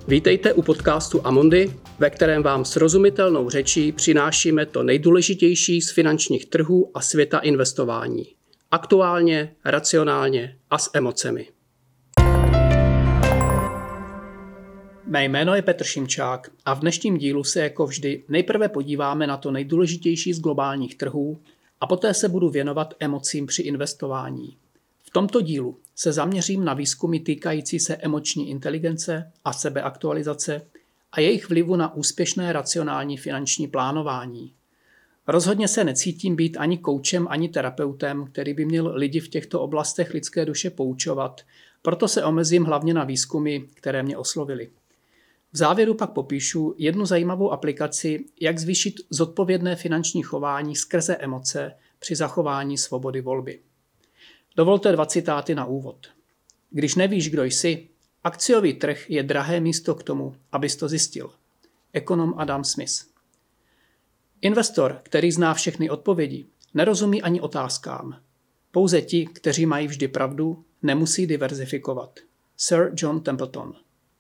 Vítejte u podcastu Amundi, ve kterém vám srozumitelnou řečí přinášíme to nejdůležitější z finančních trhů a světa investování. Aktuálně, racionálně a s emocemi. Mé jméno je Petr Šimčák a v dnešním dílu se jako vždy nejprve podíváme na to nejdůležitější z globálních trhů a poté se budu věnovat emocím při investování. V tomto dílu se zaměřím na výzkumy týkající se emoční inteligence a sebeaktualizace a jejich vlivu na úspěšné racionální finanční plánování. Rozhodně se necítím být ani koučem, ani terapeutem, který by měl lidi v těchto oblastech lidské duše poučovat, proto se omezím hlavně na výzkumy, které mě oslovily. V závěru pak popíšu jednu zajímavou aplikaci, jak zvýšit zodpovědné finanční chování skrze emoce při zachování svobody volby. Dovolte 2 citáty na úvod. Když nevíš, kdo jsi, akciový trh je drahé místo k tomu, abys to zjistil. Ekonom Adam Smith. Investor, který zná všechny odpovědi, nerozumí ani otázkám. Pouze ti, kteří mají vždy pravdu, nemusí diverzifikovat. Sir John Templeton.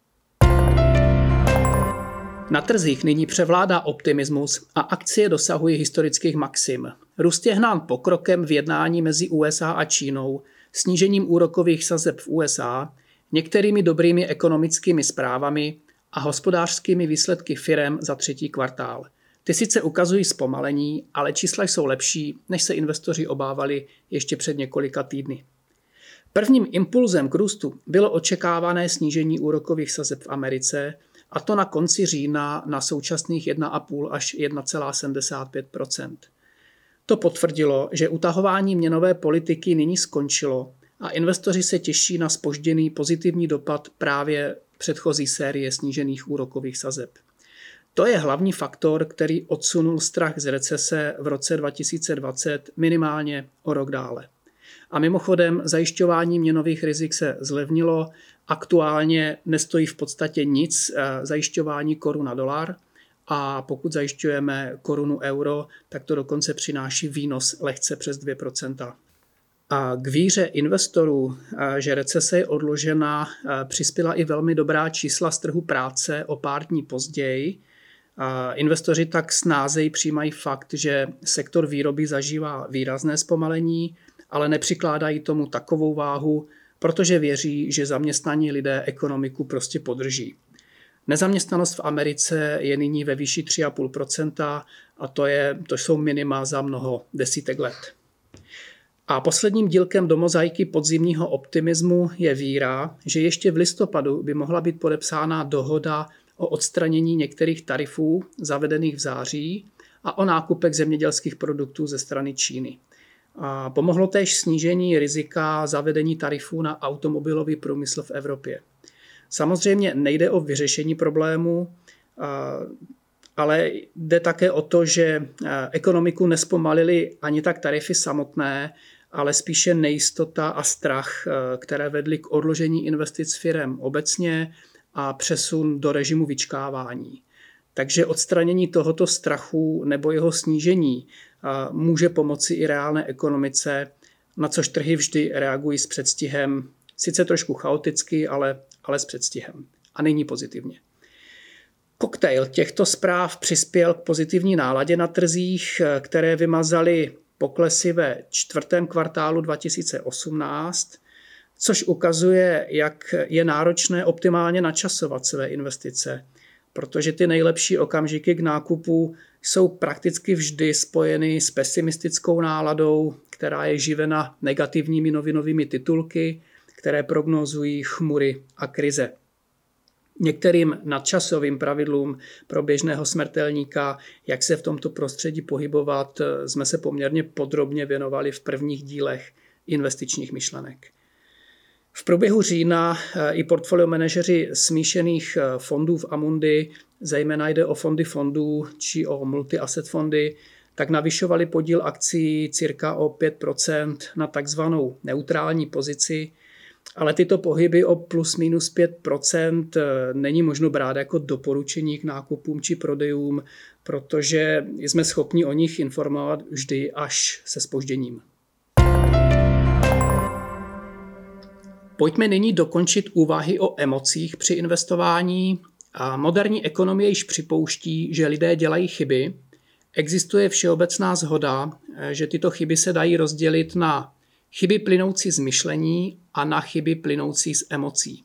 Na trzích nyní převládá optimismus a akcie dosahují historických maxim. Růst je hnán pokrokem v jednání mezi USA a Čínou, snížením úrokových sazeb v USA, některými dobrými ekonomickými zprávami a hospodářskými výsledky firem za 3. kvartál. Ty sice ukazují zpomalení, ale čísla jsou lepší, než se investoři obávali ještě před několika týdny. Prvním impulzem k růstu bylo očekávané snížení úrokových sazeb v Americe, a to na konci října na současných 1,5 až 1,75 %. To potvrdilo, že utahování měnové politiky nyní skončilo a investoři se těší na zpožděný pozitivní dopad právě předchozí série snížených úrokových sazeb. To je hlavní faktor, který odsunul strach z recese v roce 2020 minimálně o rok dále. A mimochodem zajišťování měnových rizik se zlevnilo, aktuálně nestojí v podstatě nic zajišťování koruna dolar a pokud zajišťujeme korunu euro, tak to dokonce přináší výnos lehce přes 2%. A k víře investorů, že recese je odložena, přispěla i velmi dobrá čísla z trhu práce o pár dní později. Investoři tak snázeji přijímají fakt, že sektor výroby zažívá výrazné zpomalení, ale nepřikládají tomu takovou váhu, protože věří, že zaměstnaní lidé ekonomiku prostě podrží. Nezaměstnanost v Americe je nyní ve výši 3,5% a to jsou minima za mnoho desítek let. A posledním dílkem do mozaiky podzimního optimismu je víra, že ještě v listopadu by mohla být podepsána dohoda o odstranění některých tarifů zavedených v září a o nákupech zemědělských produktů ze strany Číny. A pomohlo též snížení rizika zavedení tarifů na automobilový průmysl v Evropě. Samozřejmě nejde o vyřešení problému, ale jde také o to, že ekonomiku nespomalily ani tak tarify samotné, ale spíše nejistota a strach, které vedly k odložení investic firem obecně a přesun do režimu vyčkávání. Takže odstranění tohoto strachu nebo jeho snížení může pomoci i reálné ekonomice, na což trhy vždy reagují s předstihem, sice trošku chaoticky, ale s předstihem. A nyní pozitivně. Koktejl těchto zpráv přispěl k pozitivní náladě na trzích, které vymazaly poklesy ve 4. kvartálu 2018, což ukazuje, jak je náročné optimálně načasovat své investice, protože ty nejlepší okamžiky k nákupu jsou prakticky vždy spojeny s pesimistickou náladou, která je živena negativními novinovými titulky, které prognózují chmury a krize. Některým nadčasovým pravidlům pro běžného smrtelníka, jak se v tomto prostředí pohybovat, jsme se poměrně podrobně věnovali v prvních dílech investičních myšlenek. V průběhu října i portfolio manažeři smíšených fondů v Amundi, zejména jde o fondy fondů či o multi-asset fondy, tak navyšovali podíl akcií cirka o 5% na takzvanou neutrální pozici, ale tyto pohyby o plus minus 5% není možno brát jako doporučení k nákupům či prodejům, protože jsme schopni o nich informovat vždy až se zpožděním. Pojďme nyní dokončit úvahy o emocích při investování A moderní ekonomie již připouští, že lidé dělají chyby. Existuje všeobecná shoda, že tyto chyby se dají rozdělit na chyby plynoucí z myšlení a na chyby plynoucí z emocí.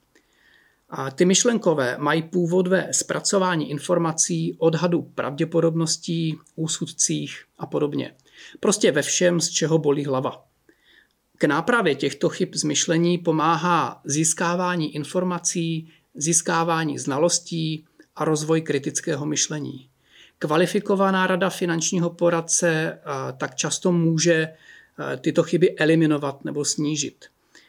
A ty myšlenkové mají původ ve zpracování informací, odhadu pravděpodobností, úsudcích a podobně. Prostě ve všem, z čeho bolí hlava. K nápravě těchto chyb z myšlení pomáhá získávání informací, získávání znalostí a rozvoj kritického myšlení. Kvalifikovaná rada finančního poradce tak často může tyto chyby eliminovat nebo snížit.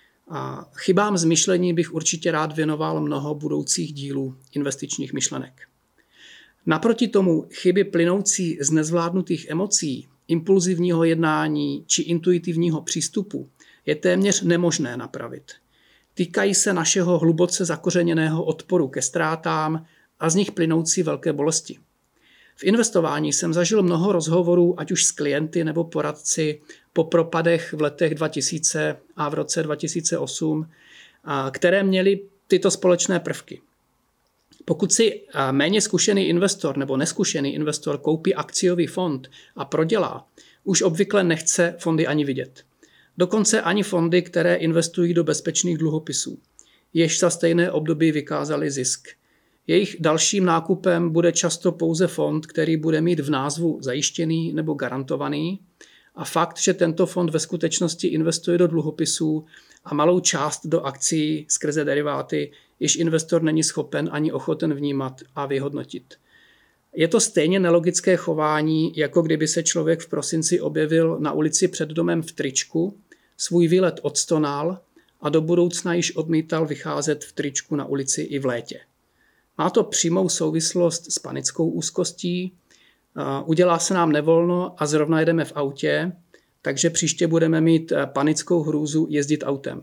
A chybám z myšlení bych určitě rád věnoval mnoho budoucích dílů investičních myšlenek. Naproti tomu chyby plynoucí z nezvládnutých emocí, impulzivního jednání či intuitivního přístupu je téměř nemožné napravit. Týkají se našeho hluboce zakořeněného odporu ke ztrátám a z nich plynoucí velké bolesti. V investování jsem zažil mnoho rozhovorů, ať už s klienty nebo poradci po propadech v letech 2000 a v roce 2008, které měly tyto společné prvky. Pokud si méně zkušený investor nebo neskušený investor koupí akciový fond a prodělá, už obvykle nechce fondy ani vidět. Dokonce ani fondy, které investují do bezpečných dluhopisů, jež za stejné období vykázaly zisk. Jejich dalším nákupem bude často pouze fond, který bude mít v názvu zajištěný nebo garantovaný, a fakt, že tento fond ve skutečnosti investuje do dluhopisů a malou část do akcií skrze deriváty, již investor není schopen ani ochoten vnímat a vyhodnotit. Je to stejně nelogické chování, jako kdyby se člověk v prosinci objevil na ulici před domem v tričku, svůj výlet odstonal a do budoucna již odmítal vycházet v tričku na ulici i v létě. Má to přímou souvislost s panickou úzkostí, udělá se nám nevolno a zrovna jedeme v autě, takže příště budeme mít panickou hrůzu jezdit autem,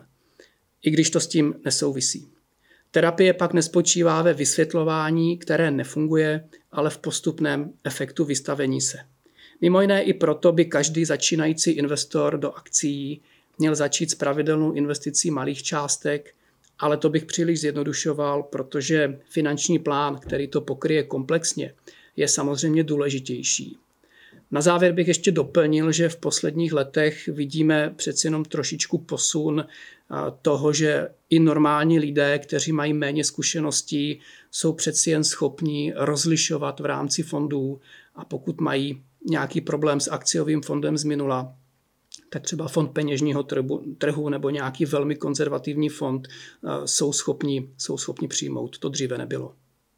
i když to s tím nesouvisí. Terapie pak nespočívá ve vysvětlování, které nefunguje, ale v postupném efektu vystavení se. Mimo jiné i proto by každý začínající investor do akcií měl začít s pravidelnou investicí malých částek, ale to bych příliš zjednodušoval, protože finanční plán, který to pokryje komplexně, je samozřejmě důležitější. Na závěr bych ještě doplnil, že v posledních letech vidíme přeci jenom trošičku posun toho, že i normální lidé, kteří mají méně zkušeností, jsou přeci jen schopní rozlišovat v rámci fondů, a pokud mají nějaký problém s akciovým fondem z minula, tak třeba fond peněžního trhu nebo nějaký velmi konzervativní fond jsou schopni přijmout. To dříve nebylo.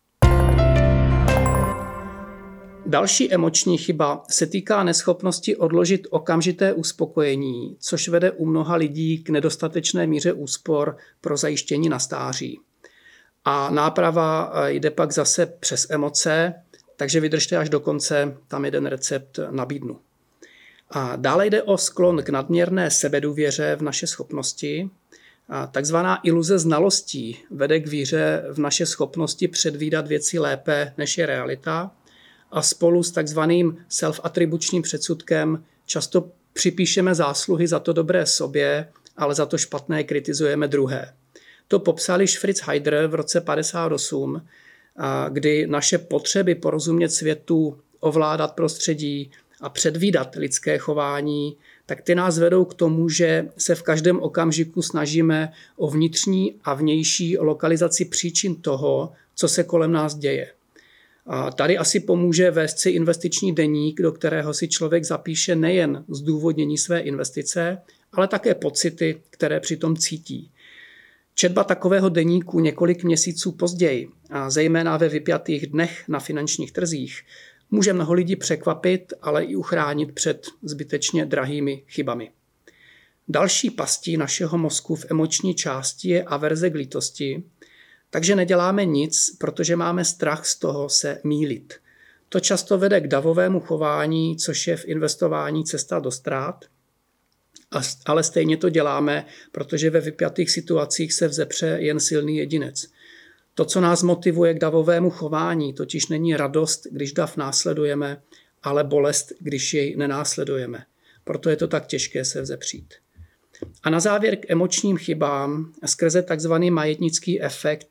Další emoční chyba se týká neschopnosti odložit okamžité uspokojení, což vede u mnoha lidí k nedostatečné míře úspor pro zajištění na stáří. A náprava jde pak zase přes emoce, takže vydržte až do konce, tam jeden recept nabídnu. A dále jde o sklon k nadměrné sebedůvěře v naše schopnosti. A takzvaná iluze znalostí vede k víře v naše schopnosti předvídat věci lépe, než je realita. A spolu s takzvaným self-atribučním předsudkem často připíšeme zásluhy za to dobré sobě, ale za to špatné kritizujeme druhé. To popsal již Fritz Heider v roce 1958, kdy naše potřeby porozumět světu, ovládat prostředí a předvídat lidské chování, tak ty nás vedou k tomu, že se v každém okamžiku snažíme o vnitřní a vnější lokalizaci příčin toho, co se kolem nás děje. A tady asi pomůže vést si investiční deník, do kterého si člověk zapíše nejen zdůvodnění své investice, ale také pocity, které přitom cítí. Četba takového deníku několik měsíců později, a zejména ve vypjatých dnech na finančních trzích, může mnoho lidí překvapit, ale i uchránit před zbytečně drahými chybami. Další pastí našeho mozku v emoční části je averze k lítosti, takže neděláme nic, protože máme strach z toho se mýlit. To často vede k davovému chování, což je v investování cesta do ztrát, ale stejně to děláme, protože ve vypjatých situacích se vzepře jen silný jedinec. To, co nás motivuje k davovému chování, totiž není radost, když dav následujeme, ale bolest, když jej nenásledujeme. Proto je to tak těžké se vzepřít. A na závěr k emočním chybám skrze takzvaný majetnický efekt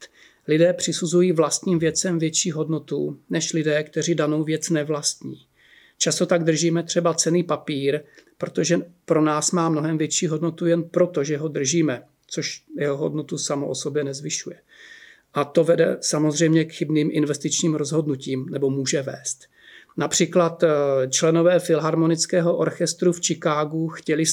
Lidé přisuzují vlastním věcem větší hodnotu než lidé, kteří danou věc nevlastní. Často tak držíme třeba cenný papír, protože pro nás má mnohem větší hodnotu jen proto, že ho držíme, což jeho hodnotu samo o sobě nezvyšuje. A to vede samozřejmě k chybným investičním rozhodnutím, nebo může vést. Například členové Filharmonického orchestru v Chicagu chtěli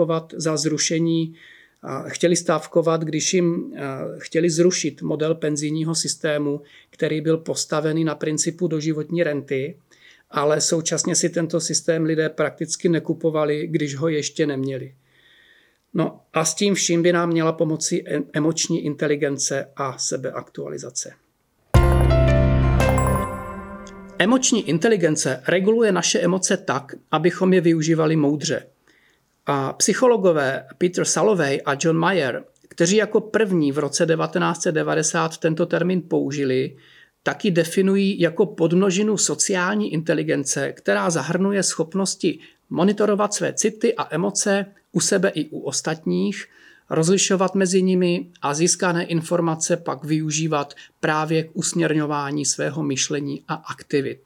stávkovat, když jim chtěli zrušit model penzijního systému, který byl postavený na principu doživotní renty, ale současně si tento systém lidé prakticky nekupovali, když ho ještě neměli. No a s tím vším by nám měla pomoci emoční inteligence a sebeaktualizace. Emoční inteligence reguluje naše emoce tak, abychom je využívali moudře. A psychologové Peter Salovey a John Mayer, kteří jako první v roce 1990 tento termín použili, taky definují jako podmnožinu sociální inteligence, která zahrnuje schopnosti monitorovat své city a emoce u sebe i u ostatních, rozlišovat mezi nimi a získané informace pak využívat právě k usměrňování svého myšlení a aktivit.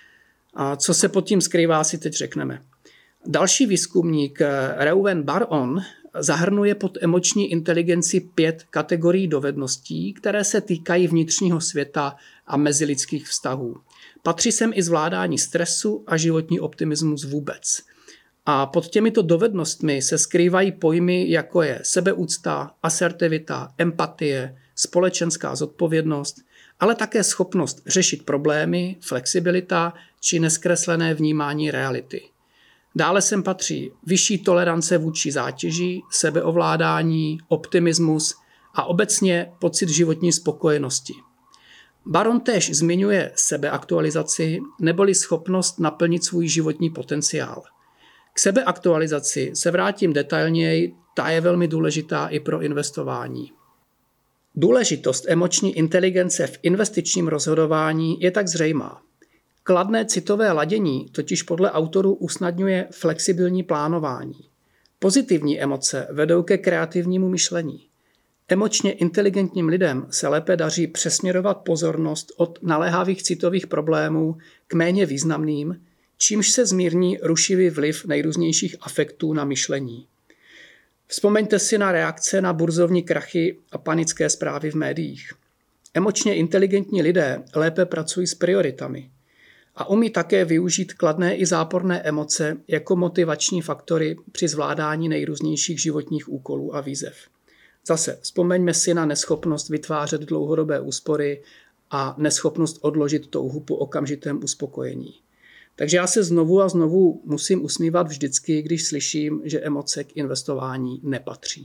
A co se pod tím skrývá, si teď řekneme. Další výzkumník Reuven Bar-On zahrnuje pod emoční inteligenci 5 kategorií dovedností, které se týkají vnitřního světa a mezilidských vztahů. Patří sem i zvládání stresu a životní optimismus vůbec. A pod těmito dovednostmi se skrývají pojmy, jako je sebeúcta, asertivita, empatie, společenská zodpovědnost, ale také schopnost řešit problémy, flexibilita či neskreslené vnímání reality. Dále sem patří vyšší tolerance vůči zátěži, sebeovládání, optimismus a obecně pocit životní spokojenosti. Baron též zmiňuje sebeaktualizaci neboli schopnost naplnit svůj životní potenciál. K sebeaktualizaci se vrátím detailněji, ta je velmi důležitá i pro investování. Důležitost emoční inteligence v investičním rozhodování je tak zřejmá. Kladné citové ladění totiž podle autorů usnadňuje flexibilní plánování. Pozitivní emoce vedou ke kreativnímu myšlení. Emočně inteligentním lidem se lépe daří přesměrovat pozornost od naléhavých citových problémů k méně významným, čímž se zmírní rušivý vliv nejrůznějších afektů na myšlení. Vzpomeňte si na reakce na burzovní krachy a panické zprávy v médiích. Emočně inteligentní lidé lépe pracují s prioritami a umí také využít kladné i záporné emoce jako motivační faktory při zvládání nejrůznějších životních úkolů a výzev. Zase vzpomeňme si na neschopnost vytvářet dlouhodobé úspory a neschopnost odložit touhu po okamžitém uspokojení. Takže já se znovu a znovu musím usmívat vždycky, když slyším, že emoce k investování nepatří.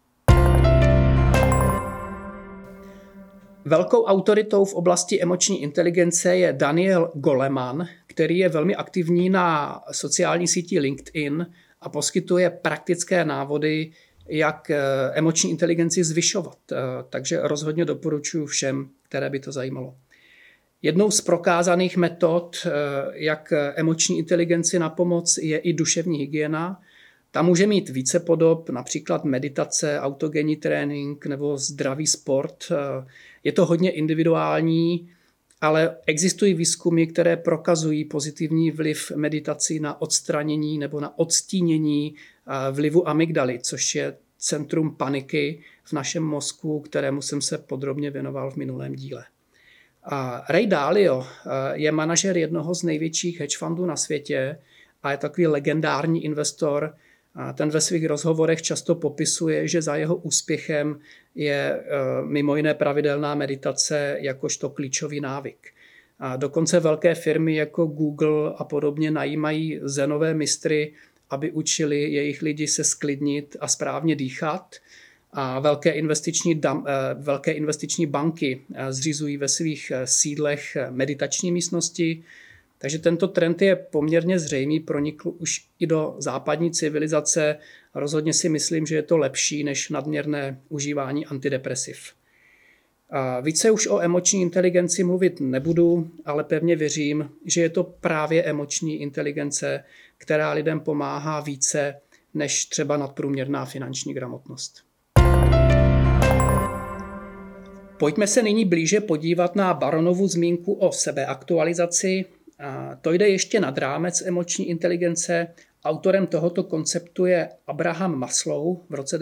Velkou autoritou v oblasti emoční inteligence je Daniel Goleman, který je velmi aktivní na sociální síti LinkedIn a poskytuje praktické návody, jak emoční inteligenci zvyšovat. Takže rozhodně doporučuji všem, které by to zajímalo. Jednou z prokázaných metod, jak emoční inteligenci napomoc, je i duševní hygiena. Ta může mít více podob, například meditace, autogenní trénink nebo zdravý sport. Je to hodně individuální, ale existují výzkumy, které prokazují pozitivní vliv meditací na odstranění nebo na odstínění vlivu amygdaly, což je centrum paniky v našem mozku, kterému jsem se podrobně věnoval v minulém díle. Ray Dalio je manažer jednoho z největších hedge fundů na světě a je takový legendární investor. Ten ve svých rozhovorech často popisuje, že za jeho úspěchem je mimo jiné pravidelná meditace jakožto klíčový návyk. A dokonce velké firmy jako Google a podobně najímají zenové mistry, aby učili jejich lidi se sklidnit a správně dýchat. A velké investiční banky zřizují ve svých sídlech meditační místnosti. Takže tento trend je poměrně zřejmý, pronikl už i do západní civilizace. Rozhodně si myslím, že je to lepší než nadměrné užívání antidepresiv. A více už o emoční inteligenci mluvit nebudu, ale pevně věřím, že je to právě emoční inteligence, která lidem pomáhá více než třeba nadprůměrná finanční gramotnost. Pojďme se nyní blíže podívat na Baronovu zmínku o sebeaktualizaci. To jde ještě nad rámec emoční inteligence. Autorem tohoto konceptu je Abraham Maslow v roce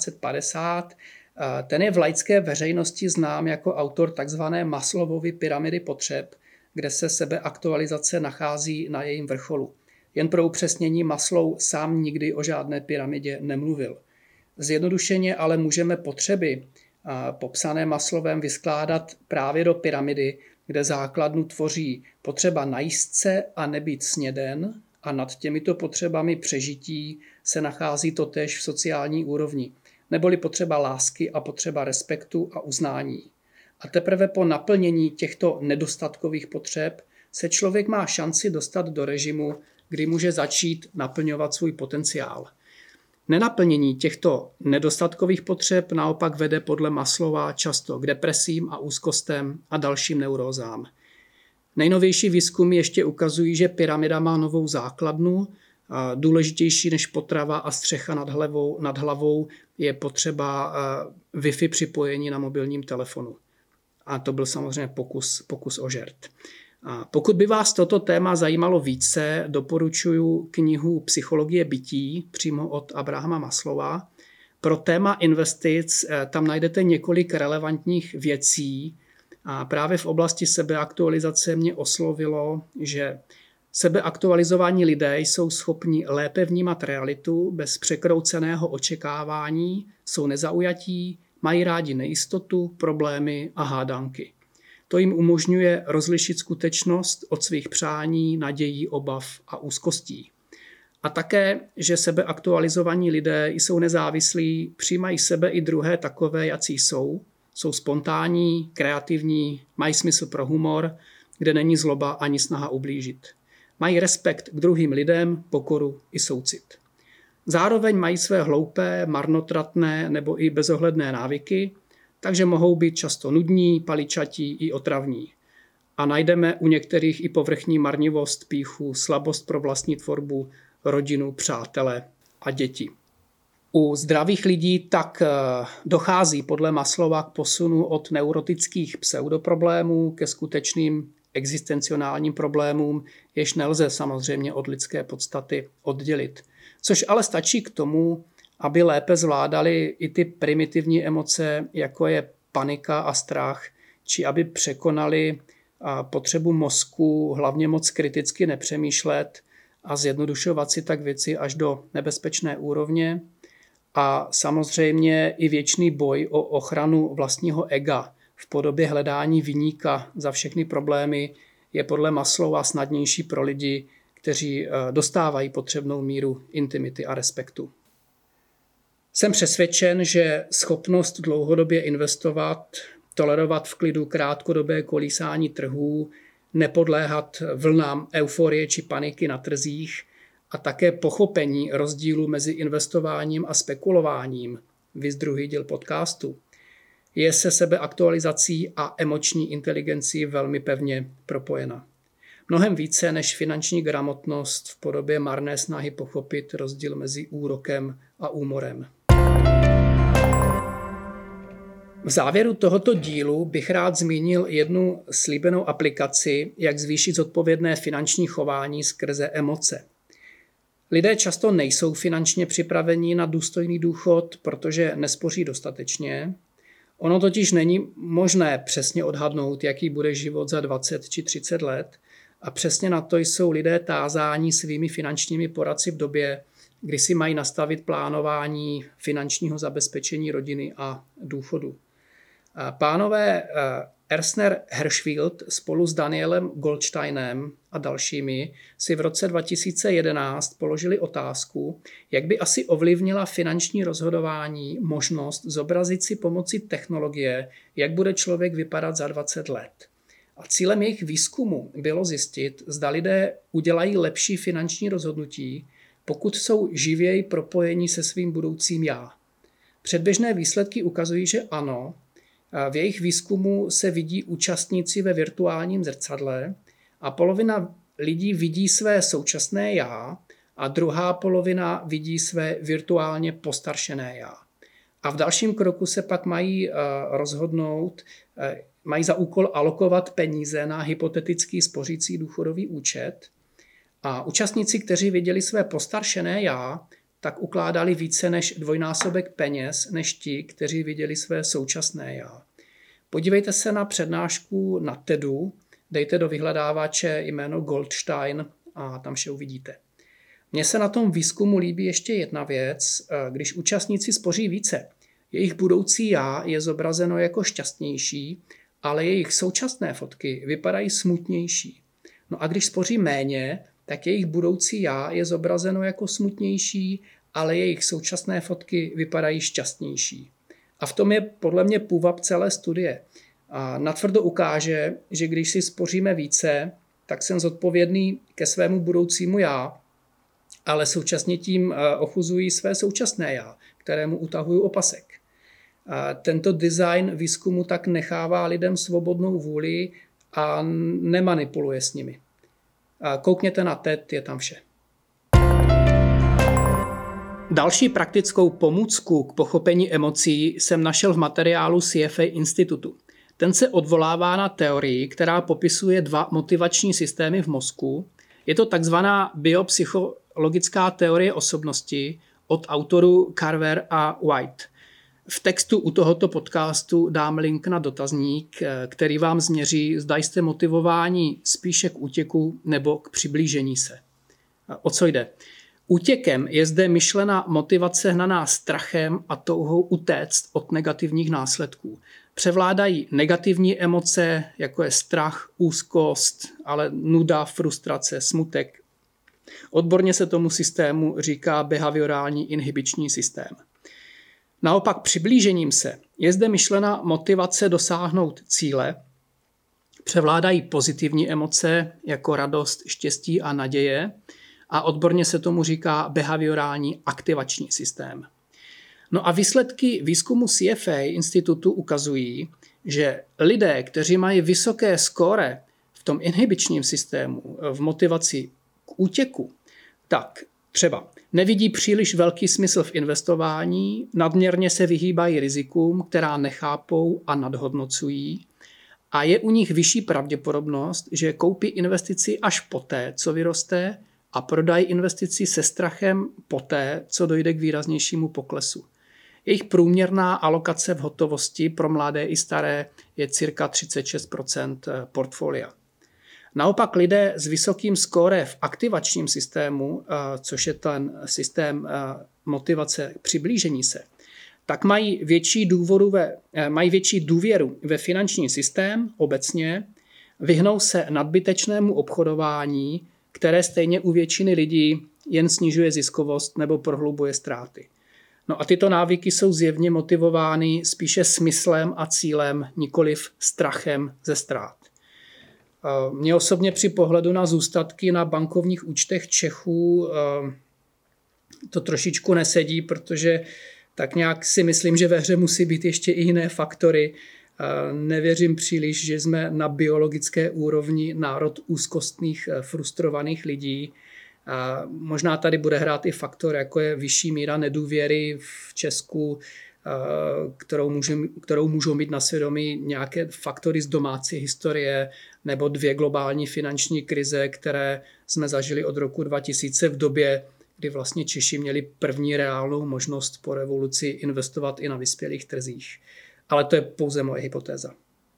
1950. Ten je v laické veřejnosti znám jako autor tzv. Maslowovy pyramidy potřeb, kde se sebeaktualizace nachází na jejím vrcholu. Jen pro upřesnění, Maslow sám nikdy o žádné pyramidě nemluvil. Zjednodušeně ale můžeme potřeby popsané Maslowem vyskládat právě do pyramidy, kde základnu tvoří potřeba najíst se a nebýt sněden, a nad těmito potřebami přežití se nachází totéž v sociální úrovni, neboli potřeba lásky a potřeba respektu a uznání. A teprve po naplnění těchto nedostatkových potřeb se člověk má šanci dostat do režimu, kdy může začít naplňovat svůj potenciál. Nenaplnění těchto nedostatkových potřeb naopak vede podle Maslowa často k depresím a úzkostem a dalším neurózám. Nejnovější výzkumy ještě ukazují, že pyramida má novou základnu. Důležitější než potrava a střecha nad hlavou je potřeba Wi-Fi připojení na mobilním telefonu. A to byl samozřejmě pokus o žert. A pokud by vás toto téma zajímalo více, doporučuji knihu Psychologie bytí přímo od Abrahama Maslowa. Pro téma investic tam najdete několik relevantních věcí. A právě v oblasti sebeaktualizace mě oslovilo, že sebeaktualizovaní lidé jsou schopni lépe vnímat realitu bez překrouceného očekávání, jsou nezaujatí, mají rádi nejistotu, problémy a hádanky. To jim umožňuje rozlišit skutečnost od svých přání, nadějí, obav a úzkostí. A také, že sebeaktualizovaní lidé jsou nezávislí, přijímají sebe i druhé takové, jací jsou spontánní, kreativní, mají smysl pro humor, kde není zloba ani snaha ublížit. Mají respekt k druhým lidem, pokoru i soucit. Zároveň mají své hloupé, marnotratné nebo i bezohledné návyky, takže mohou být často nudní, paličatí i otravní. A najdeme u některých i povrchní marnivost, pýchu, slabost pro vlastní tvorbu, rodinu, přátele a děti. U zdravých lidí tak dochází podle Maslowa k posunu od neurotických pseudoproblémů ke skutečným existenciálním problémům, jež nelze samozřejmě od lidské podstaty oddělit. Což ale stačí k tomu, aby lépe zvládali i ty primitivní emoce, jako je panika a strach, či aby překonali potřebu mozku hlavně moc kriticky nepřemýšlet a zjednodušovat si tak věci až do nebezpečné úrovně. A samozřejmě i věčný boj o ochranu vlastního ega v podobě hledání viníka za všechny problémy je podle Maslowa snadnější pro lidi, kteří dostávají potřebnou míru intimity a respektu. Jsem přesvědčen, že schopnost dlouhodobě investovat, tolerovat v klidu krátkodobé kolísání trhů, nepodléhat vlnám euforie či paniky na trzích a také pochopení rozdílu mezi investováním a spekulováním, viz druhý díl podcastu, je se sebeaktualizací a emoční inteligencí velmi pevně propojena. Mnohem více než finanční gramotnost v podobě marné snahy pochopit rozdíl mezi úrokem a úmorem. V závěru tohoto dílu bych rád zmínil jednu slíbenou aplikaci, jak zvýšit zodpovědné finanční chování skrze emoce. Lidé často nejsou finančně připraveni na důstojný důchod, protože nespoří dostatečně. Ono totiž není možné přesně odhadnout, jaký bude život za 20 či 30 let, a přesně na to jsou lidé tázáni svými finančními poradci v době, kdy si mají nastavit plánování finančního zabezpečení rodiny a důchodu. Pánové Ersner Hershfield spolu s Danielem Goldsteinem a dalšími si v roce 2011 položili otázku, jak by asi ovlivnila finanční rozhodování možnost zobrazit si pomocí technologie, jak bude člověk vypadat za 20 let. A cílem jejich výzkumu bylo zjistit, zda lidé udělají lepší finanční rozhodnutí, pokud jsou živěji propojeni se svým budoucím já. Předběžné výsledky ukazují, že ano. V jejich výzkumu se vidí účastníci ve virtuálním zrcadle a polovina lidí vidí své současné já a druhá polovina vidí své virtuálně postaršené já. A v dalším kroku se pak mají rozhodnout, mají za úkol alokovat peníze na hypotetický spořící důchodový účet. A účastníci, kteří viděli své postaršené já, tak ukládali více než dvojnásobek peněz než ti, kteří viděli své současné já. Podívejte se na přednášku na TEDu, dejte do vyhledávače jméno Goldstein a tam vše uvidíte. Mně se na tom výzkumu líbí ještě jedna věc. Když účastníci spoří více, jejich budoucí já je zobrazeno jako šťastnější, ale jejich současné fotky vypadají smutnější. No a když spoří méně, tak jejich budoucí já je zobrazeno jako smutnější, ale jejich současné fotky vypadají šťastnější. A v tom je podle mě půvab celé studie. A natvrdo ukáže, že když si spoříme více, tak jsem zodpovědný ke svému budoucímu já, ale současně tím ochuzují své současné já, kterému utahuju opasek. A tento design výzkumu tak nechává lidem svobodnou vůli a nemanipuluje s nimi. A koukněte na TED, je tam vše. Další praktickou pomůcku k pochopení emocí jsem našel v materiálu CFA institutu. Ten se odvolává na teorii, která popisuje dva motivační systémy v mozku. Je to takzvaná biopsychologická teorie osobnosti od autorů Carver a White. V textu u tohoto podcastu dám link na dotazník, který vám změří, zda jste motivováni spíše k útěku nebo k přiblížení se. O co jde? Útěkem je zde myšlena motivace hnaná strachem a touhou utéct od negativních následků. Převládají negativní emoce, jako je strach, úzkost, ale nuda, frustrace, smutek. Odborně se tomu systému říká behaviorální inhibiční systém. Naopak přiblížením se je zde myšlena motivace dosáhnout cíle. Převládají pozitivní emoce, jako radost, štěstí a naděje. A odborně se tomu říká behaviorální aktivační systém. No a výsledky výzkumu CFA institutu ukazují, že lidé, kteří mají vysoké skóre v tom inhibičním systému, v motivaci k útěku, tak třeba nevidí příliš velký smysl v investování, nadměrně se vyhýbají rizikům, která nechápou a nadhodnocují, a je u nich vyšší pravděpodobnost, že koupí investici až poté, co vyroste, a prodají investici se strachem poté, co dojde k výraznějšímu poklesu. Jejich průměrná alokace v hotovosti pro mladé i staré je cirka 36% portfolia. Naopak lidé s vysokým skóre v aktivačním systému, což je ten systém motivace k přiblížení se, tak mají větší důvěru ve finanční systém obecně, vyhnou se nadbytečnému obchodování, které stejně u většiny lidí jen snižuje ziskovost nebo prohlubuje ztráty. No a tyto návyky jsou zjevně motivovány spíše smyslem a cílem, nikoliv strachem ze ztrát. Mně osobně při pohledu na zůstatky na bankovních účtech Čechů to trošičku nesedí, protože tak nějak si myslím, že ve hře musí být ještě i jiné faktory. Nevěřím příliš, že jsme na biologické úrovni národ úzkostných, frustrovaných lidí. Možná tady bude hrát i faktor, jako je vyšší míra nedůvěry v Česku, kterou můžou mít na svědomí nějaké faktory z domácí historie nebo 2 globální finanční krize, které jsme zažili od roku 2000 v době, kdy vlastně Češi měli první reálnou možnost po revoluci investovat i na vyspělých trzích. Ale to je pouze moje hypotéza.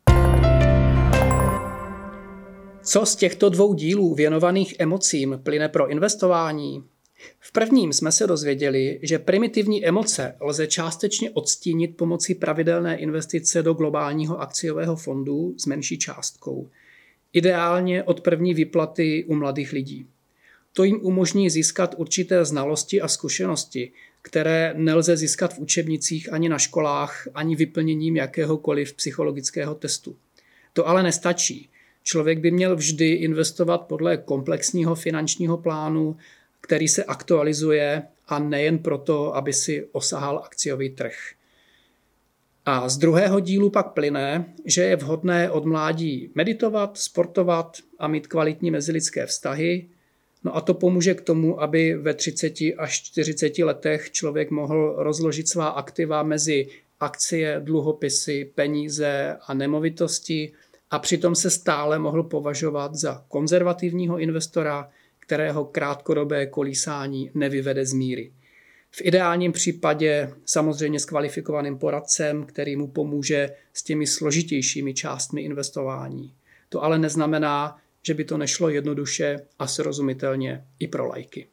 Co z těchto 2 dílů věnovaných emocím plyne pro investování? V prvním jsme se dozvěděli, že primitivní emoce lze částečně odstínit pomocí pravidelné investice do globálního akciového fondu s menší částkou. Ideálně od první výplaty u mladých lidí. To jim umožní získat určité znalosti a zkušenosti, které nelze získat v učebnicích ani na školách, ani vyplněním jakéhokoliv psychologického testu. To ale nestačí. Člověk by měl vždy investovat podle komplexního finančního plánu, který se aktualizuje, a nejen proto, aby si osahal akciový trh. A z druhého dílu pak plyne, že je vhodné od mládí meditovat, sportovat a mít kvalitní mezilidské vztahy, No a to pomůže k tomu, aby ve 30 až 40 letech člověk mohl rozložit svá aktiva mezi akcie, dluhopisy, peníze a nemovitosti a přitom se stále mohl považovat za konzervativního investora, kterého krátkodobé kolísání nevyvede z míry. V ideálním případě samozřejmě s kvalifikovaným poradcem, který mu pomůže s těmi složitějšími částmi investování. To ale neznamená, že by to nešlo jednoduše a srozumitelně i pro laiky.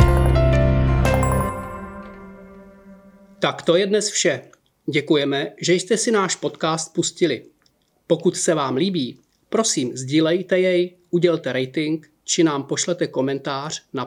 Tak to je dnes vše. Děkujeme, že jste si náš podcast pustili. Pokud se vám líbí, prosím sdílejte jej, udělte rating či nám pošlete komentář na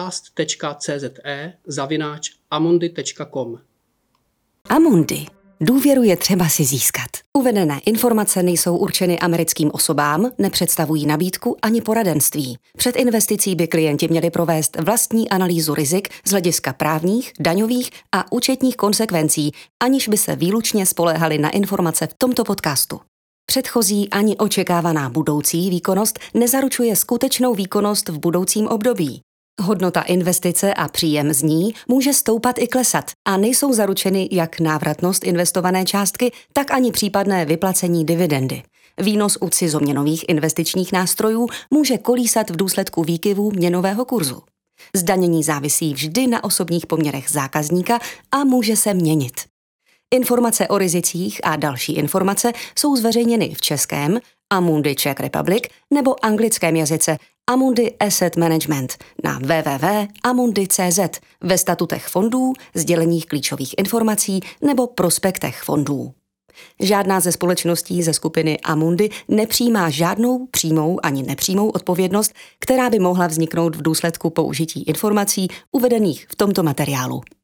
podcast.cze@amundi.com. Amundi. Důvěru je třeba si získat. Uvedené informace nejsou určeny americkým osobám, nepředstavují nabídku ani poradenství. Před investicí by klienti měli provést vlastní analýzu rizik z hlediska právních, daňových a účetních konsekvencí, aniž by se výlučně spoléhali na informace v tomto podcastu. Předchozí ani očekávaná budoucí výkonnost nezaručuje skutečnou výkonnost v budoucím období. Hodnota investice a příjem z ní může stoupat i klesat a nejsou zaručeny jak návratnost investované částky, tak ani případné vyplacení dividendy. Výnos u cizoměnových investičních nástrojů může kolísat v důsledku výkyvů měnového kurzu. Zdanění závisí vždy na osobních poměrech zákazníka a může se měnit. Informace o rizicích a další informace jsou zveřejněny v českém Amundi Czech Republic nebo anglickém jazyce Amundi Asset Management na www.amundi.cz ve statutech fondů, sděleních klíčových informací nebo prospektech fondů. Žádná ze společností ze skupiny Amundi nepřijímá žádnou přímou ani nepřímou odpovědnost, která by mohla vzniknout v důsledku použití informací uvedených v tomto materiálu.